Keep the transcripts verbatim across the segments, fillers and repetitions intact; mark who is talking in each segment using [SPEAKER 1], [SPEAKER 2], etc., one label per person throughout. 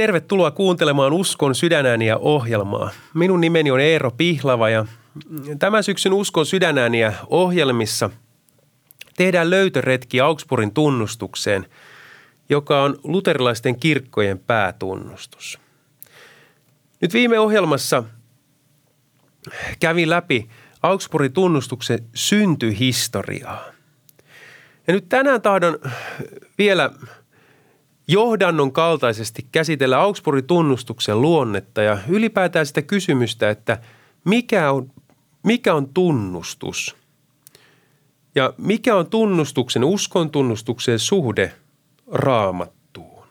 [SPEAKER 1] Tervetuloa kuuntelemaan Uskon sydänääniä -ohjelmaa. Minun nimeni on Eero Pihlava ja tämän syksyn Uskon sydänääniä -ohjelmissa tehdään löytöretki Augsburgin tunnustukseen, joka on luterilaisten kirkkojen päätunnustus. Nyt viime ohjelmassa kävin läpi Augsburgin tunnustuksen syntyhistoriaa. Ja nyt tänään tahdon vielä johdannon kaltaisesti käsitellä Augsburgin tunnustuksen luonnetta ja ylipäätään sitä kysymystä, että mikä on, mikä on tunnustus ja mikä on tunnustuksen, uskon tunnustuksen suhde Raamattuun.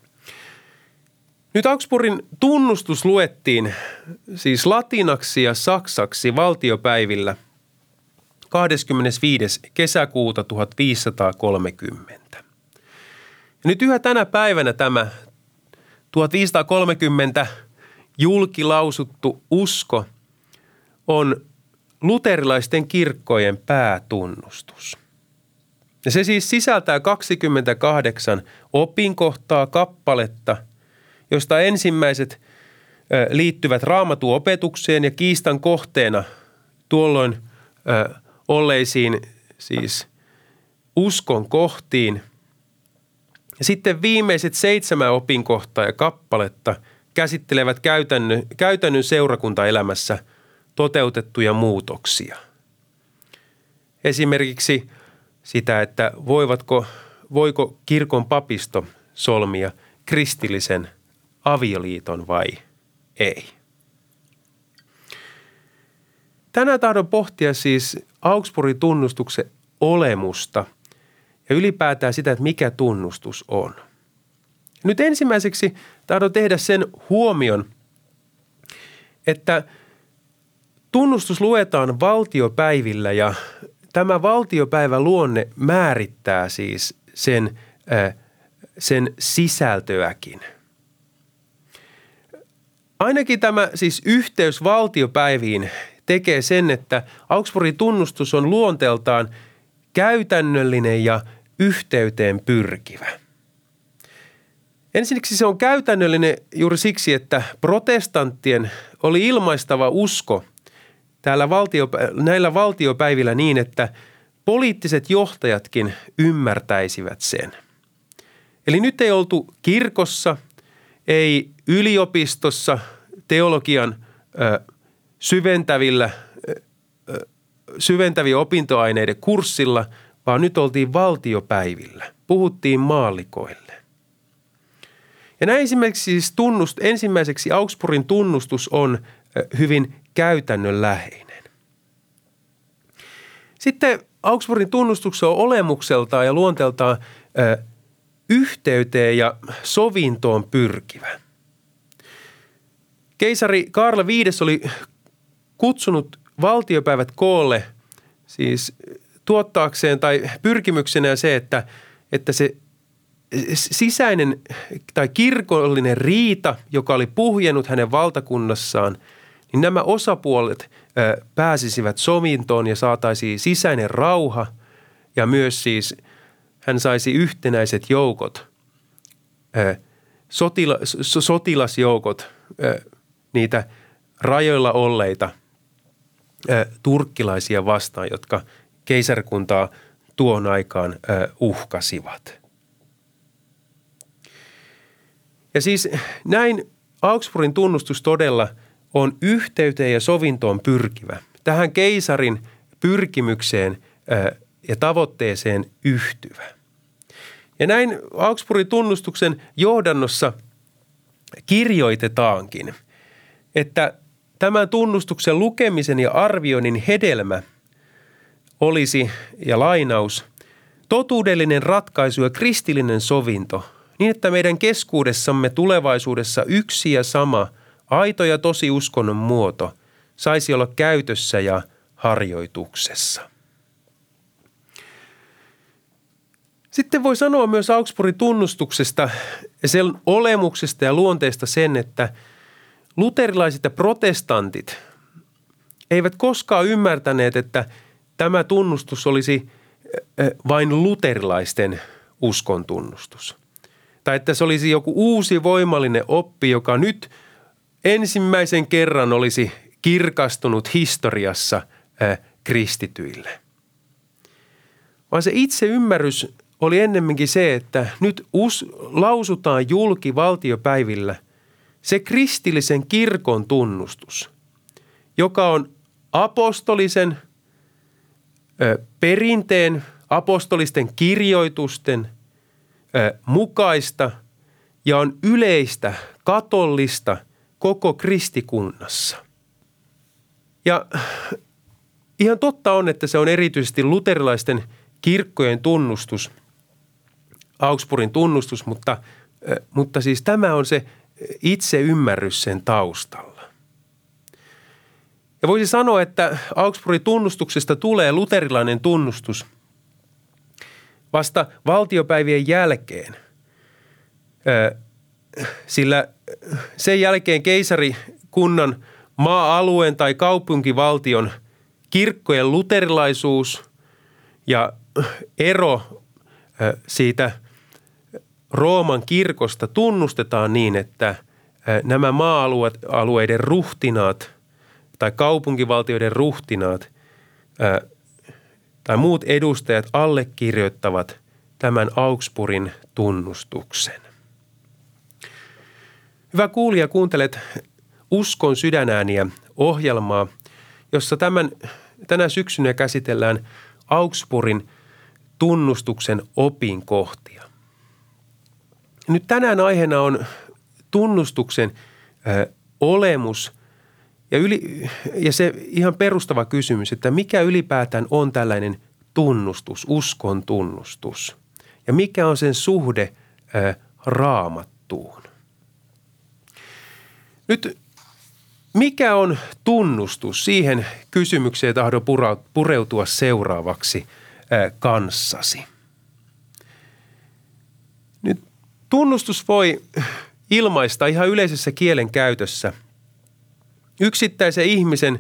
[SPEAKER 1] Nyt Augsburgin tunnustus luettiin siis latinaksi ja saksaksi valtiopäivillä kahdeskymmenesviides kesäkuuta tuhatviisisataakolmekymmentä. Ja nyt yhä tänä päivänä tämä tuhatviisisataakolmekymmentä julkilausuttu usko on luterilaisten kirkkojen päätunnustus. Ja se siis sisältää kaksikymmentäkahdeksan opinkohtaa, kappaletta, josta ensimmäiset liittyvät Raamatun opetukseen ja kiistan kohteena tuolloin ö, olleisiin siis uskon kohtiin. Ja sitten viimeiset seitsemän opinkohtaa ja kappaletta käsittelevät käytännön, käytännön seurakuntaelämässä toteutettuja muutoksia. Esimerkiksi sitä, että voivatko, voiko kirkon papisto solmia kristillisen avioliiton vai ei. Tänään tahdon pohtia siis Augsburgin tunnustuksen olemusta ja ylipäätään sitä, että mikä tunnustus on. Nyt ensimmäiseksi tahdon tehdä sen huomion, että tunnustus luetaan valtiopäivillä ja tämä valtiopäivän luonne määrittää siis sen, äh, sen sisältöäkin. Ainakin tämä siis yhteys valtiopäiviin tekee sen, että Augsburgin tunnustus on luonteeltaan käytännöllinen ja yhteyteen pyrkivä. Ensinnäkin se on käytännöllinen juuri siksi, että protestanttien oli ilmaistava usko täällä valtio, näillä valtiopäivillä niin, että poliittiset johtajatkin ymmärtäisivät sen. Eli nyt ei oltu kirkossa, ei yliopistossa teologian ö, syventävillä, ö, syventävien opintoaineiden kurssilla, vaan nyt oltiin valtiopäivillä. Puhuttiin maallikoille. Ja näin esimerkiksi siis tunnust, ensimmäiseksi Augsburgin tunnustus on ö, hyvin käytännönläheinen. Sitten Augsburgin tunnustuksen on olemukseltaan ja luonteeltaan ö, yhteyteen ja sovintoon pyrkivä. Keisari Karl viides oli kutsunut valtiopäivät koolle siis tuottaakseen tai pyrkimyksenä se, että, että se sisäinen tai kirkollinen riita, joka oli puhjennut hänen valtakunnassaan, niin nämä osapuolet ö, pääsisivät sovintoon ja saataisiin sisäinen rauha ja myös siis hän saisi yhtenäiset joukot, ö, sotila, sotilasjoukot, ö, niitä rajoilla olleita ö, turkkilaisia vastaan, jotka keisarikuntaa tuon aikaan ö, uhkasivat. Ja siis näin Augsburgin tunnustus todella on yhteyteen ja sovintoon pyrkivä. Tähän keisarin pyrkimykseen ö, ja tavoitteeseen yhtyvä. Ja näin Augsburgin tunnustuksen johdannossa kirjoitetaankin, että tämän tunnustuksen lukemisen ja arvioinnin hedelmä olisi, ja lainaus, totuudellinen ratkaisu ja kristillinen sovinto, niin että meidän keskuudessamme tulevaisuudessa yksi ja sama aito ja tosi uskonnon muoto saisi olla käytössä ja harjoituksessa. Sitten voi sanoa myös Augsburgin tunnustuksesta ja sen olemuksesta ja luonteesta sen, että luterilaiset ja protestantit eivät koskaan ymmärtäneet, että tämä tunnustus olisi vain luterilaisten uskon tunnustus. tai että se olisi joku uusi voimallinen oppi, joka nyt ensimmäisen kerran olisi kirkastunut historiassa ää, kristityille. Vaan se itse ymmärrys oli ennemminkin se, että nyt us, lausutaan julki valtiopäivillä se kristillisen kirkon tunnustus, joka on apostolisen ö, perinteen, apostolisten kirjoitusten ö, mukaista ja on yleistä, katollista koko kristikunnassa. Ja ihan totta on, että se on erityisesti luterilaisten kirkkojen tunnustus, Augsburgin tunnustus, mutta, mutta siis tämä on se itse ymmärrys sen taustalla. Ja voisi sanoa, että Augsburgin tunnustuksesta tulee luterilainen tunnustus vasta valtiopäivien jälkeen, sillä sen jälkeen keisarikunnan maa-alueen tai kaupunkivaltion kirkkojen luterilaisuus ja ero siitä Rooman kirkosta tunnustetaan niin, että nämä maa-alueiden ruhtinaat tai kaupunkivaltioiden ruhtinaat tai muut edustajat allekirjoittavat tämän Augsburgin tunnustuksen. Hyvä kuulija, kuuntelet Uskon sydänääniä ohjelmaa, jossa tämän, tänä syksynä käsitellään Augsburgin tunnustuksen opinkohtia. Nyt tänään aiheena on tunnustuksen ö, olemus ja, yli, ja se ihan perustava kysymys, että mikä ylipäätään on tällainen tunnustus, uskon tunnustus ja mikä on sen suhde ö, Raamattuun. Nyt mikä on tunnustus? Siihen kysymykseen tahdon pureutua seuraavaksi ö, kanssasi. Nyt tunnustus voi ilmaista ihan yleisessä kielen käytössä yksittäisen ihmisen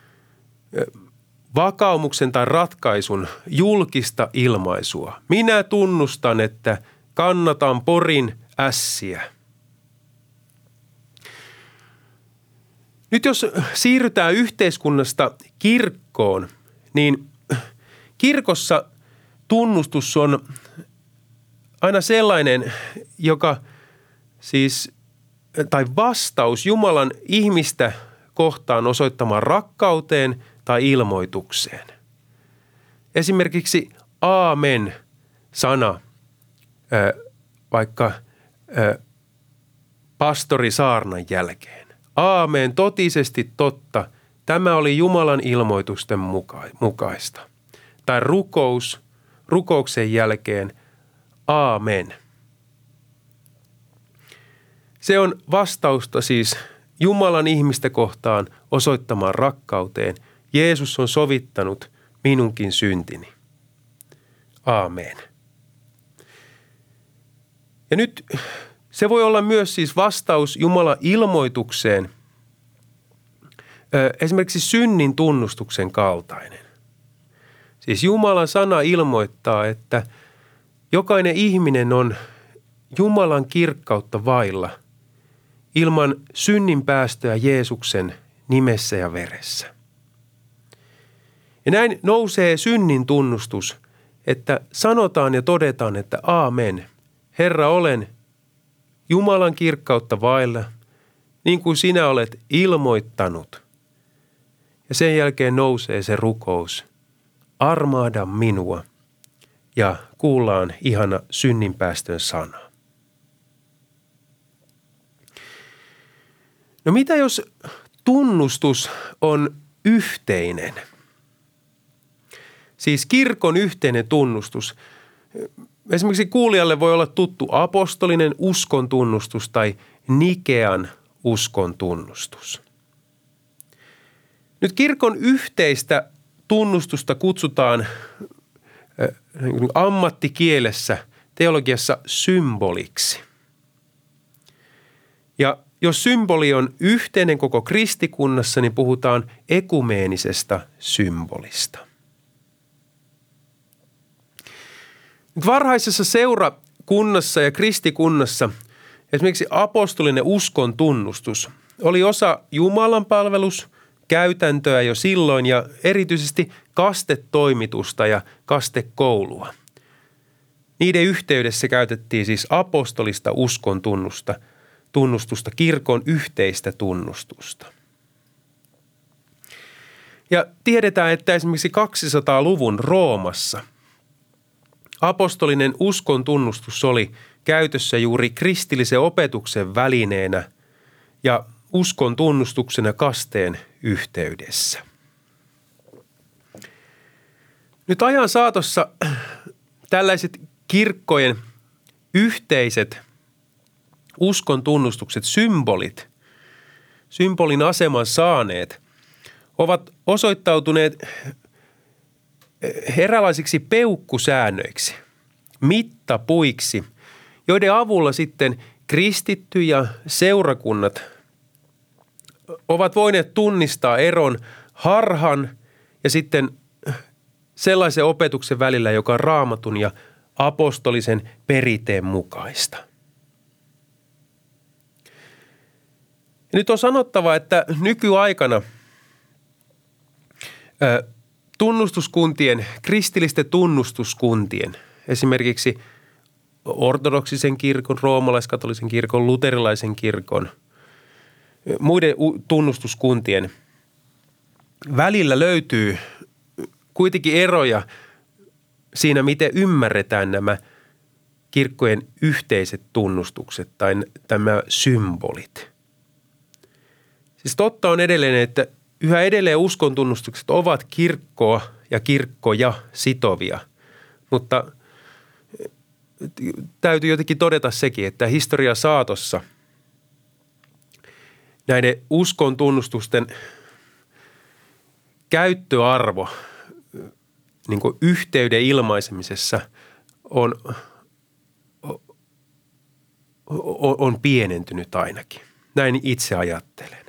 [SPEAKER 1] vakaumuksen tai ratkaisun julkista ilmaisua. Minä tunnustan, että kannatan Porin ässiä. Nyt jos siirrytään yhteiskunnasta kirkkoon, niin kirkossa tunnustus on aina sellainen, joka siis, tai vastaus Jumalan ihmistä kohtaan osoittamaan rakkauteen tai ilmoitukseen. Esimerkiksi aamen-sana, vaikka pastori saarnan jälkeen. Aamen, totisesti totta, tämä oli Jumalan ilmoitusten mukaista. Tai rukous, rukouksen jälkeen, aamen. Se on vastausta siis Jumalan ihmistä kohtaan osoittamaan rakkauteen. Jeesus on sovittanut minunkin syntini. Aamen. Ja nyt se voi olla myös siis vastaus Jumalan ilmoitukseen, esimerkiksi synnin tunnustuksen kaltainen. Siis Jumalan sana ilmoittaa, että jokainen ihminen on Jumalan kirkkautta vailla ilman synnin päästöä Jeesuksen nimessä ja veressä. Ja näin nousee synnin tunnustus, että sanotaan ja todetaan, että aamen, Herra, olen Jumalan kirkkautta vailla, niin kuin sinä olet ilmoittanut. Ja sen jälkeen nousee se rukous, armaada minua, ja kuullaan ihana synninpäästön sana. No mitä jos tunnustus on yhteinen? Siis kirkon yhteinen tunnustus. Esimerkiksi kuulijalle voi olla tuttu apostolinen uskon tunnustus tai Nikean uskon tunnustus. Nyt kirkon yhteistä tunnustusta kutsutaan ammattikielessä, teologiassa symboliksi. Ja jos symboli on yhteinen koko kristikunnassa, niin puhutaan ekumeenisesta symbolista. Nyt varhaisessa seura kunnassa ja kristikunnassa esimerkiksi apostolinen uskon tunnustus oli osa Jumalan palveluskäytäntöä jo silloin ja erityisesti kastetoimitusta ja kastekoulua. Niiden yhteydessä käytettiin siis apostolista uskon tunnusta, tunnustusta, kirkon yhteistä tunnustusta. Ja tiedetään, että esimerkiksi kaksisataaluvun Roomassa apostolinen uskon tunnustus oli käytössä juuri kristillisen opetuksen välineenä ja uskon tunnustuksena kasteen yhteydessä. Nyt ajan saatossa tällaiset kirkkojen yhteiset uskon tunnustukset, symbolit, symbolin aseman saaneet, ovat osoittautuneet eräänlaisiksi peukkusäännöiksi, mittapuiksi, joiden avulla sitten kristitty ja seurakunnat ovat voineet tunnistaa eron harhan ja sitten sellaisen opetuksen välillä, joka on Raamatun ja apostolisen perinteen mukaista. Ja nyt on sanottava, että nykyaikana tunnustuskuntien, kristillisten tunnustuskuntien, esimerkiksi ortodoksisen kirkon, roomalaiskatolisen kirkon, luterilaisen kirkon, muiden tunnustuskuntien välillä löytyy kuitenkin eroja siinä, miten ymmärretään nämä kirkkojen yhteiset tunnustukset tai nämä symbolit. Siis totta on edelleen, että yhä edelleen uskontunnustukset ovat kirkkoa ja kirkkoja sitovia, mutta täytyy jotenkin todeta sekin, että historia saatossa näiden uskontunnustusten käyttöarvo niin kuin yhteyden ilmaisemisessa on, on, on pienentynyt ainakin. Näin itse ajattelen.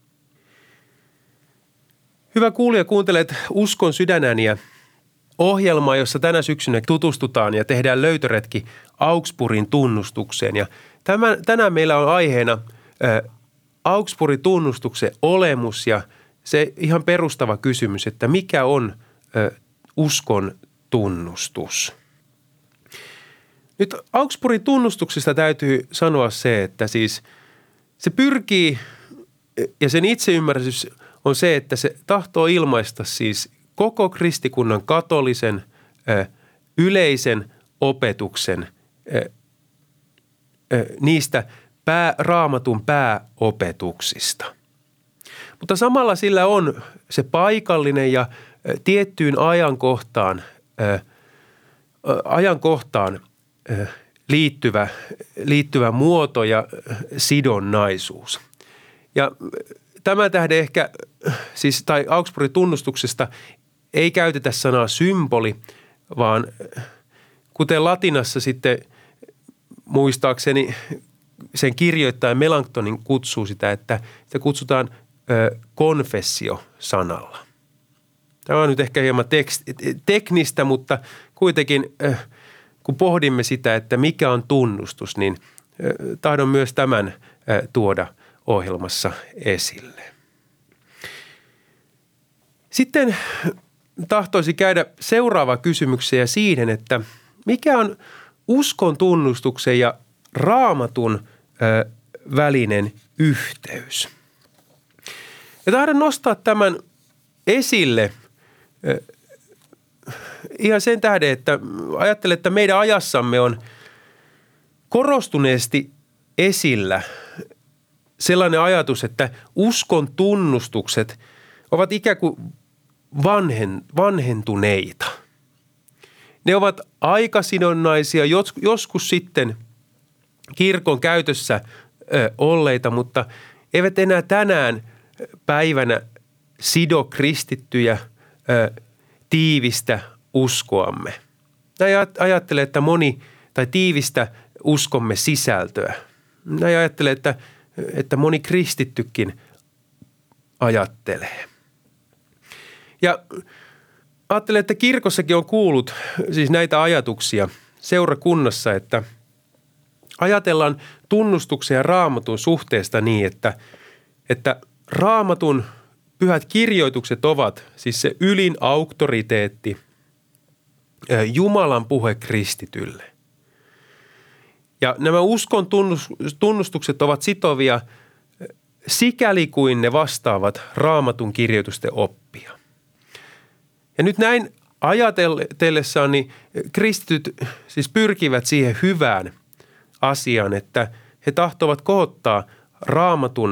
[SPEAKER 1] Hyvä kuulija, kuuntelet Uskon sydänääniä ohjelmaa, jossa tänä syksynä tutustutaan ja tehdään löytöretki Augsburgin tunnustukseen. Ja tämän, tänään meillä on aiheena ä, Augsburgin tunnustuksen olemus ja se ihan perustava kysymys, että mikä on ä, uskon tunnustus. Nyt Augsburgin tunnustuksesta täytyy sanoa se, että siis se pyrkii ja sen itseymmärrys on se, että se tahtoo ilmaista siis koko kristikunnan katolisen ö, yleisen opetuksen ö, ö, niistä pää, Raamatun pääopetuksista. Mutta samalla sillä on se paikallinen ja ö, tiettyyn ajankohtaan, ö, ajankohtaan ö, liittyvä, liittyvä muoto ja sidonnaisuus. Ja tämän tähden ehkä, siis, tai Augsburgin tunnustuksesta ei käytetä sanaa symboli, vaan kuten latinassa sitten muistaakseni sen kirjoittaja Melanchthon kutsuu sitä, että sitä kutsutaan ö, confessio-sanalla. Tämä on nyt ehkä hieman tekst- teknistä, mutta kuitenkin ö, kun pohdimme sitä, että mikä on tunnustus, niin ö, tahdon myös tämän ö, tuoda ohjelmassa esille. Sitten tahtoisi käydä seuraava kysymykseen siihen, että mikä on uskon tunnustuksen ja Raamatun ö, välinen yhteys. Ja tahdon nostaa tämän esille ö, ihan sen tähden, että ajattelen, että meidän ajassamme on korostuneesti esillä sellainen ajatus, että uskon tunnustukset ovat ikään kuin vanhen, vanhentuneita. Ne ovat aikasidonnaisia, joskus sitten kirkon käytössä ö, olleita, mutta eivät enää tänään päivänä sido kristittyjä ö, tiivistä uskoamme. Näin ajattelen, että moni, tai tiivistä uskomme sisältöä. Näin ajattelen, että että moni kristittykin ajattelee. Ja ajattelen, että kirkossakin on kuullut siis näitä ajatuksia seurakunnassa, että ajatellaan tunnustuksen ja Raamatun suhteesta niin, että, että Raamatun pyhät kirjoitukset ovat siis se ylin auktoriteetti, Jumalan puhe kristitylle. Ja nämä uskon tunnustukset ovat sitovia sikäli kuin ne vastaavat Raamatun kirjoitusten oppia. Ja nyt näin ajatellessaan niin kristityt siis pyrkivät siihen hyvään asiaan, että he tahtovat kohottaa Raamatun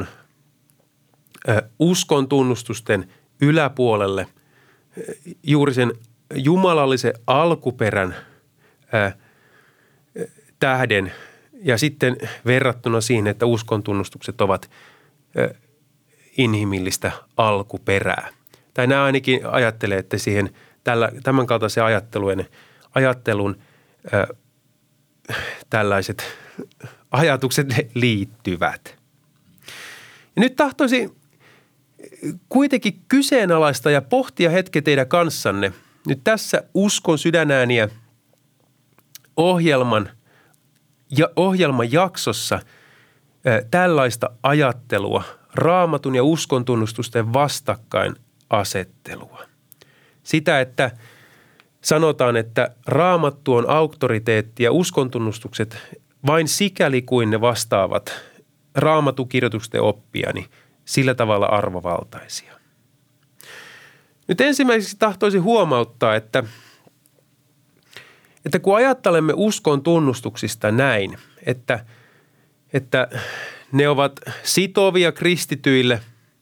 [SPEAKER 1] uskon tunnustusten yläpuolelle juuri sen jumalallisen alkuperän tähden ja sitten verrattuna siihen, että uskon tunnustukset ovat inhimillistä alkuperää. Tai nämä ainakin ajattelee, että siihen tällä, tämän kaltaisen ajattelun, ajattelun ä, tällaiset ajatukset liittyvät. Ja nyt tahtoisin kuitenkin kyseenalaista ja pohtia hetken teidän kanssanne nyt tässä Uskon sydänääniä ohjelman, ja ohjelman jaksossa ä, tällaista ajattelua, Raamatun ja uskon tunnustusten vastakkain asettelua. Sitä, että sanotaan, että Raamattu on auktoriteetti ja uskontunnustukset vain sikäli kuin ne vastaavat Raamatukirjoitusten oppia, niin sillä tavalla arvovaltaisia. Nyt ensimmäiseksi tahtoisin huomauttaa, että, että kun ajattelemme uskon tunnustuksista näin, että, että ne ovat sitovia kristityille,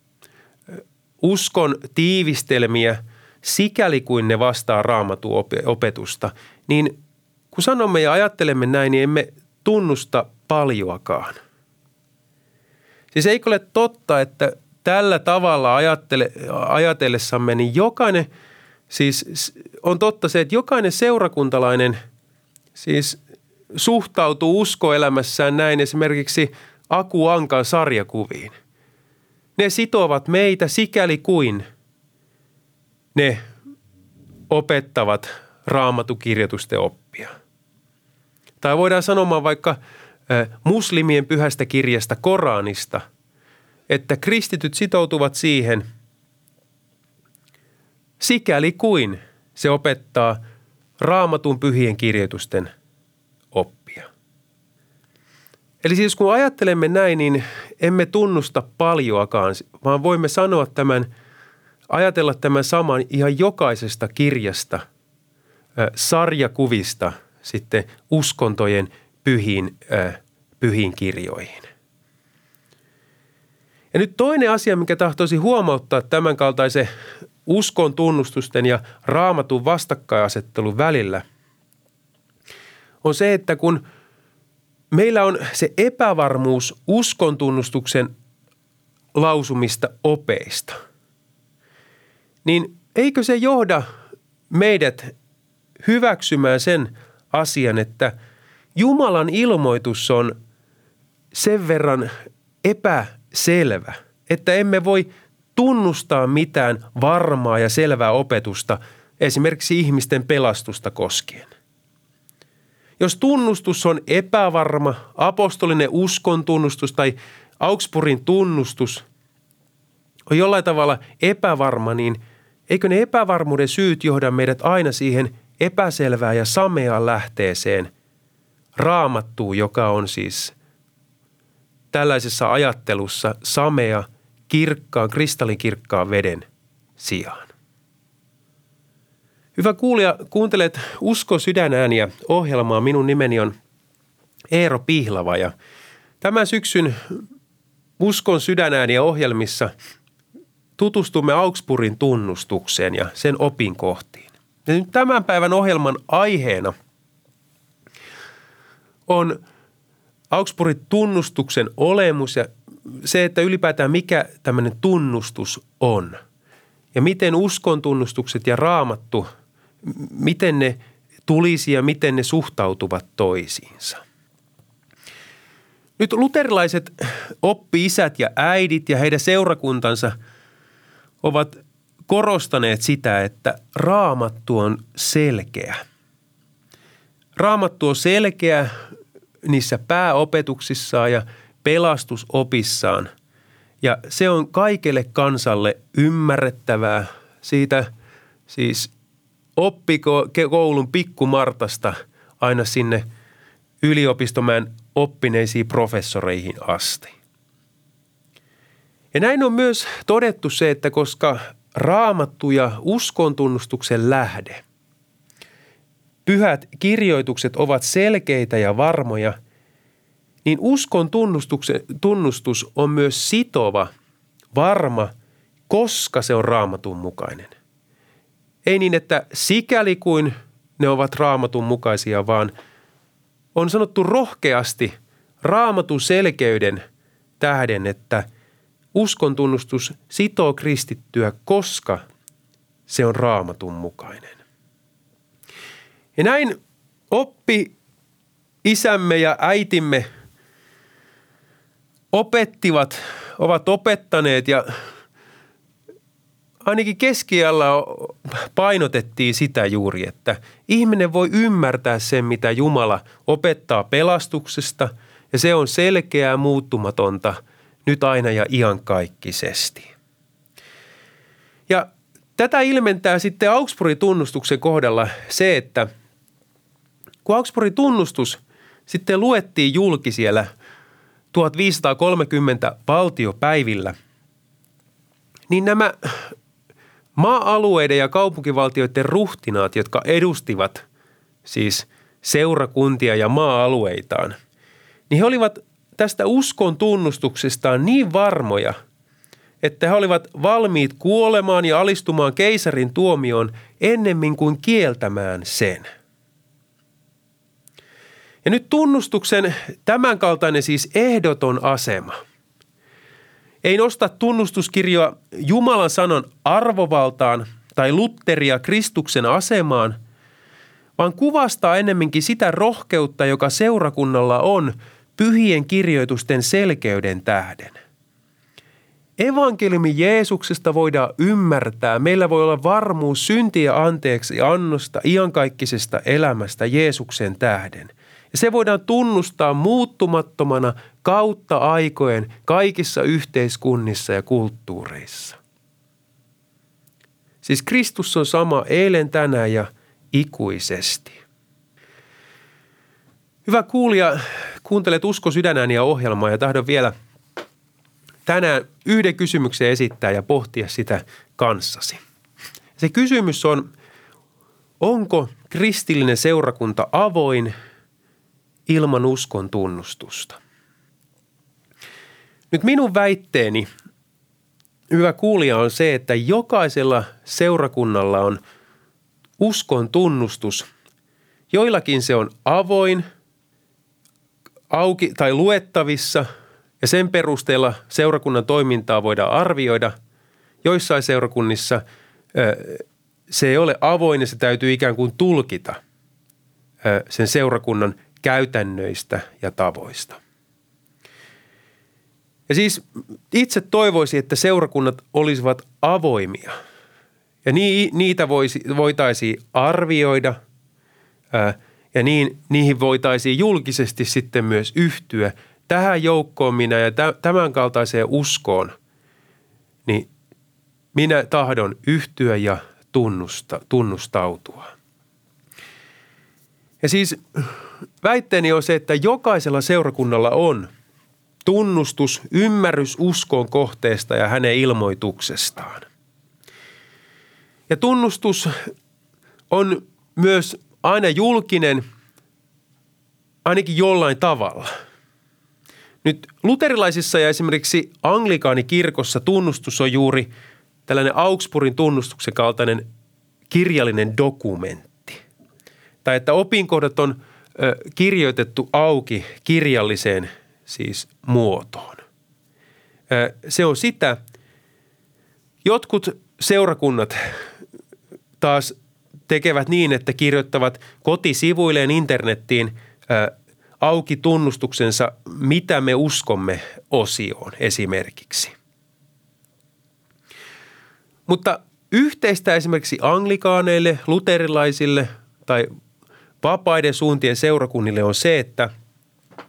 [SPEAKER 1] uskon tiivistelmiä, sikäli kuin ne vastaa Raamatun opetusta, niin kun sanomme ja ajattelemme näin, niin emme tunnusta paljoakaan. Siis eikö ole totta, että tällä tavalla ajattele, ajatellessamme, niin jokainen, siis on totta se, että jokainen seurakuntalainen siis suhtautuu uskoelämässään näin esimerkiksi Aku Ankan sarjakuviin. Ne sitovat meitä sikäli kuin ne opettavat Raamatukirjoitusten oppia. Tai voidaan sanomaan vaikka muslimien pyhästä kirjasta Koranista, että kristityt sitoutuvat siihen sikäli kuin se opettaa Raamatun pyhien kirjoitusten oppia. Eli siis kun ajattelemme näin, niin emme tunnusta paljoakaan, vaan voimme sanoa tämän, ajatella tämän saman ihan jokaisesta kirjasta, sarjakuvista sitten uskontojen pyhiin, pyhiin kirjoihin. Ja nyt toinen asia, mikä tahtoisin huomauttaa tämän kaltaisen uskon tunnustusten ja Raamatun vastakkainasettelun välillä, on se, että kun meillä on se epävarmuus uskon tunnustuksen lausumista opeista, niin eikö se johda meidät hyväksymään sen asian, että Jumalan ilmoitus on sen verran epäselvä, että emme voi tunnustaa mitään varmaa ja selvää opetusta esimerkiksi ihmisten pelastusta koskien. Jos tunnustus on epävarma, apostolinen uskon tunnustus tai Augsburgin tunnustus on jollain tavalla epävarma, niin eikö ne epävarmuuden syyt johda meidät aina siihen epäselvään ja sameaan lähteeseen Raamattuun, joka on siis tällaisessa ajattelussa samea, kirkkaan, kristallinkirkkaan veden sijaan. Hyvä kuulija, kuuntelet Usko sydänääniä ohjelmaa. Minun nimeni on Eero Pihlava ja tämän syksyn Uskon sydänääniä ohjelmissa tutustumme Augsburgin tunnustukseen ja sen opinkohtiin. Ja nyt tämän päivän ohjelman aiheena on Augsburgin tunnustuksen olemus ja se, että ylipäätään mikä tämmöinen tunnustus on. Ja miten uskon tunnustukset ja Raamattu, miten ne tulisi ja miten ne suhtautuvat toisiinsa. Nyt luterilaiset oppi-isät ja äidit ja heidän seurakuntansa ovat korostaneet sitä, että Raamattu on selkeä. Raamattu on selkeä niissä pääopetuksissaan ja pelastusopissaan. Ja se on kaikelle kansalle ymmärrettävää siitä siis oppikoulun pikkumartasta aina sinne yliopistomäen oppineisiin professoreihin asti. Ja näin on myös todettu se, että koska Raamattu ja uskontunnustuksen lähde, pyhät kirjoitukset ovat selkeitä ja varmoja, niin uskon tunnustus on myös sitova, varma, koska se on Raamatun mukainen. Ei niin, että sikäli kuin ne ovat Raamatun mukaisia, vaan on sanottu rohkeasti Raamatun selkeyden tähden, että uskon tunnustus sitoo kristittyä, koska se on Raamatun mukainen. Ja näin oppi isämme ja äitimme opettivat, ovat opettaneet ja ainakin keskiajalla painotettiin sitä juuri, että ihminen voi ymmärtää sen, mitä Jumala opettaa pelastuksesta ja se on selkeää, muuttumatonta nyt aina ja iankaikkisesti. Ja tätä ilmentää sitten Augsburgin tunnustuksen kohdalla se, että kun Augsburgin tunnustus sitten luettiin julki siellä tuhatviisisataakolmekymmentä valtiopäivillä, niin nämä maa-alueiden ja kaupunkivaltioiden ruhtinaat, jotka edustivat siis seurakuntia ja maa-alueitaan, niin he olivat tästä uskon tunnustuksestaan niin varmoja, että he olivat valmiit kuolemaan ja alistumaan keisarin tuomioon ennemmin kuin kieltämään sen. Ja nyt tunnustuksen tämänkaltainen siis ehdoton asema ei nosta tunnustuskirjoa Jumalan sanan arvovaltaan tai Lutteria Kristuksen asemaan, vaan kuvastaa ennemminkin sitä rohkeutta, joka seurakunnalla on pyhien kirjoitusten selkeyden tähden. Evankeliumi Jeesuksesta voidaan ymmärtää. Meillä voi olla varmuus syntiä anteeksi annosta, iankaikkisesta elämästä Jeesuksen tähden. Ja se voidaan tunnustaa muuttumattomana kautta aikojen kaikissa yhteiskunnissa ja kulttuureissa. Siis Kristus on sama eilen, tänään ja ikuisesti. Hyvä kuulija, kuuntelet Usko sydänääniä ohjelmaa ja tahdon vielä tänään yhden kysymyksen esittää ja pohtia sitä kanssasi. Se kysymys on, onko kristillinen seurakunta avoin ilman uskon tunnustusta? Nyt minun väitteeni, hyvä kuulija, on se, että jokaisella seurakunnalla on uskon tunnustus. Joillakin se on avoin, auki tai luettavissa ja sen perusteella seurakunnan toimintaa voidaan arvioida. Joissain seurakunnissa se ei ole avoin ja se täytyy ikään kuin tulkita sen seurakunnan käytännöistä ja tavoista. Ja siis itse toivoisin, että seurakunnat olisivat avoimia ja niitä voisi, voitaisiin arvioida ja niin, niihin voitaisiin julkisesti sitten myös yhtyä. Tähän joukkoon minä ja tämän kaltaiseen uskoon, niin minä tahdon yhtyä ja tunnusta, tunnustautua. Ja siis väitteeni on se, että jokaisella seurakunnalla on tunnustus, ymmärrys uskon kohteesta ja hänen ilmoituksestaan. Ja tunnustus on myös aina julkinen, ainakin jollain tavalla. Nyt luterilaisissa ja esimerkiksi anglikaanikirkossa tunnustus on juuri tällainen Augsburgin tunnustuksen kaltainen kirjallinen dokumentti. Tai että opinkohdat on ö, kirjoitettu auki kirjalliseen siis muotoon. Ö, se on sitä. Jotkut seurakunnat taas tekevät niin, että kirjoittavat kotisivuilleen internettiin ö, auki tunnustuksensa, mitä me uskomme osioon esimerkiksi. Mutta yhteistä esimerkiksi anglikaaneille, luterilaisille tai vapaiden suuntien seurakunnille on se, että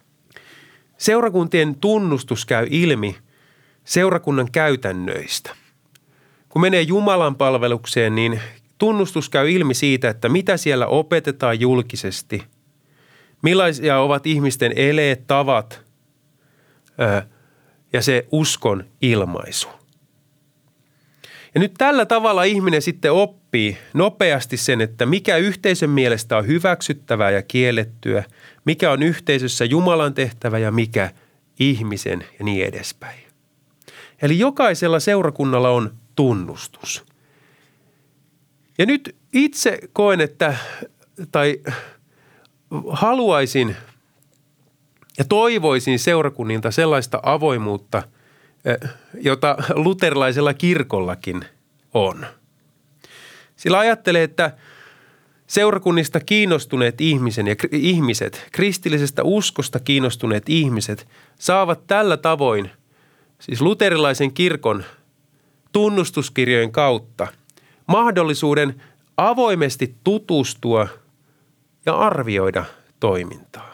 [SPEAKER 1] seurakuntien tunnustus käy ilmi seurakunnan käytännöistä. Kun menee Jumalan palvelukseen, niin tunnustus käy ilmi siitä, että mitä siellä opetetaan julkisesti, millaisia ovat ihmisten eleet, tavat ää, ja se uskon ilmaisu. Ja nyt tällä tavalla ihminen sitten oppii nopeasti sen, että mikä yhteisön mielestä on hyväksyttävää ja kiellettyä, mikä on yhteisössä Jumalan tehtävä ja mikä ihmisen ja niin edespäin. Eli jokaisella seurakunnalla on tunnustus. Ja nyt itse koen, että, tai haluaisin ja toivoisin seurakunnilta sellaista avoimuutta, jota luterilaisella kirkollakin on. Sillä ajattelee, että seurakunnista kiinnostuneet ihmisen ja ihmiset, kristillisestä uskosta kiinnostuneet ihmiset saavat tällä tavoin, siis luterilaisen kirkon tunnustuskirjojen kautta, mahdollisuuden avoimesti tutustua ja arvioida toimintaa.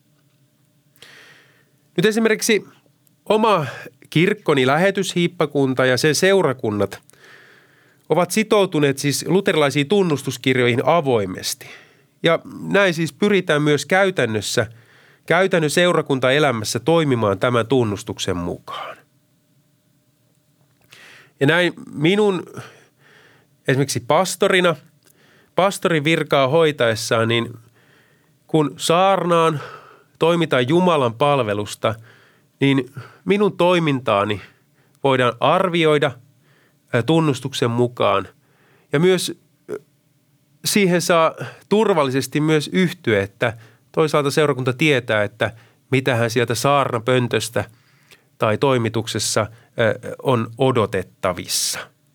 [SPEAKER 1] Nyt esimerkiksi oma kirkkoni lähetyshiippakunta ja sen seurakunnat ovat sitoutuneet siis luterilaisiin tunnustuskirjoihin avoimesti. Ja näin siis pyritään myös käytännössä, käytännön seurakuntaelämässä toimimaan tämän tunnustuksen mukaan. Ja näin minun esimerkiksi pastorina, pastorin virkaa hoitaessaan, niin kun saarnaan, toimitaan Jumalan palvelusta, niin minun toimintaani voidaan arvioida tunnustuksen mukaan. Ja myös siihen saa turvallisesti myös yhtyä, että toisaalta seurakunta tietää, että mitähän sieltä saarnapöntöstä tai toimituksessa on odotettavissa.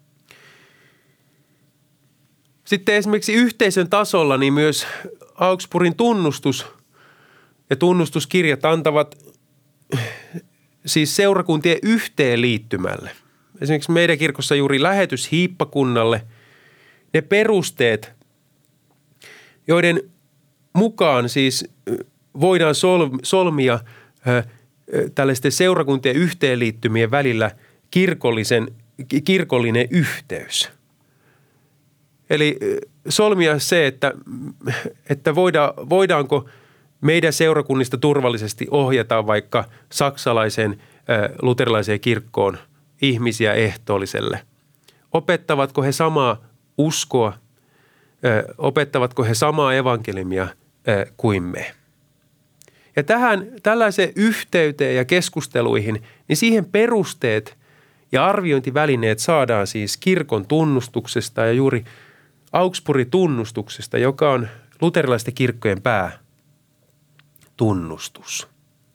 [SPEAKER 1] Sitten esimerkiksi yhteisön tasolla niin myös Augsburgin tunnustus ja tunnustuskirjat antavat siis seurakuntien yhteenliittymälle. Esimerkiksi meidän kirkossa juuri lähetyshiippakunnalle ne perusteet, joiden mukaan siis voidaan solmia tällaisten seurakuntien yhteenliittymien välillä kirkollisen, kirkollinen yhteys. Eli solmia se, että, että voida, voidaanko meidän seurakunnista turvallisesti ohjata vaikka saksalaiseen luterilaiseen kirkkoon ihmisiä ehtoolliselle. Opettavatko he samaa uskoa, opettavatko he samaa evankeliumia kuin me. Ja tähän tällaiseen yhteyteen ja keskusteluihin, niin siihen perusteet ja arviointivälineet saadaan siis kirkon tunnustuksesta ja juuri Augsburgin tunnustuksesta, joka on luterilaisten kirkkojen päätunnustus.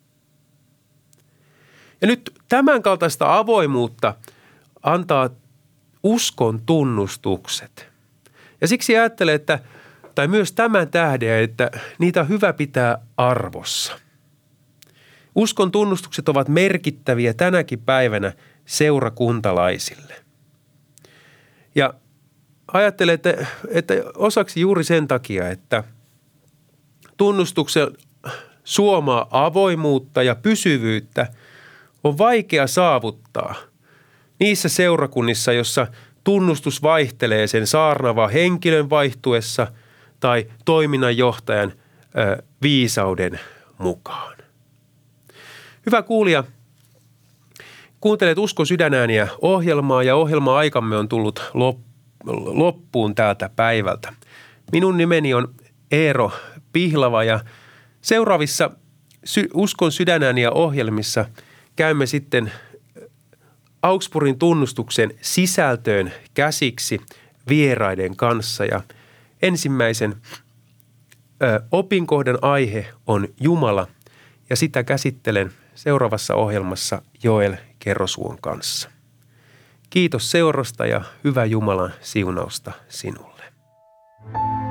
[SPEAKER 1] Ja nyt tämän kaltaista avoimuutta antaa uskon tunnustukset. Ja siksi ajattelen, että, tai myös tämän tähden, että niitä on hyvä pitää arvossa. Uskon tunnustukset ovat merkittäviä tänäkin päivänä seurakuntalaisille. Ja ajattelen, että, että osaksi juuri sen takia, että tunnustuksen suomaa avoimuutta ja pysyvyyttä on vaikea saavuttaa niissä seurakunnissa, jossa tunnustus vaihtelee sen saarnaavan henkilön vaihtuessa tai toiminnanjohtajan ö, viisauden mukaan. Hyvä kuulija, kuuntelet Uskon sydänääniä ohjelmaa ja ohjelma-aikamme on tullut loppuun tältä päivältä. Minun nimeni on Eero Pihlava ja seuraavissa Uskon sydänääniä ohjelmissa käymme sitten Augsburgin tunnustuksen sisältöön käsiksi vieraiden kanssa ja ensimmäisen ö, opinkohdan aihe on Jumala ja sitä käsittelen seuraavassa ohjelmassa Joel Kerrosuon kanssa. Kiitos seurasta ja hyvää Jumalan siunausta sinulle.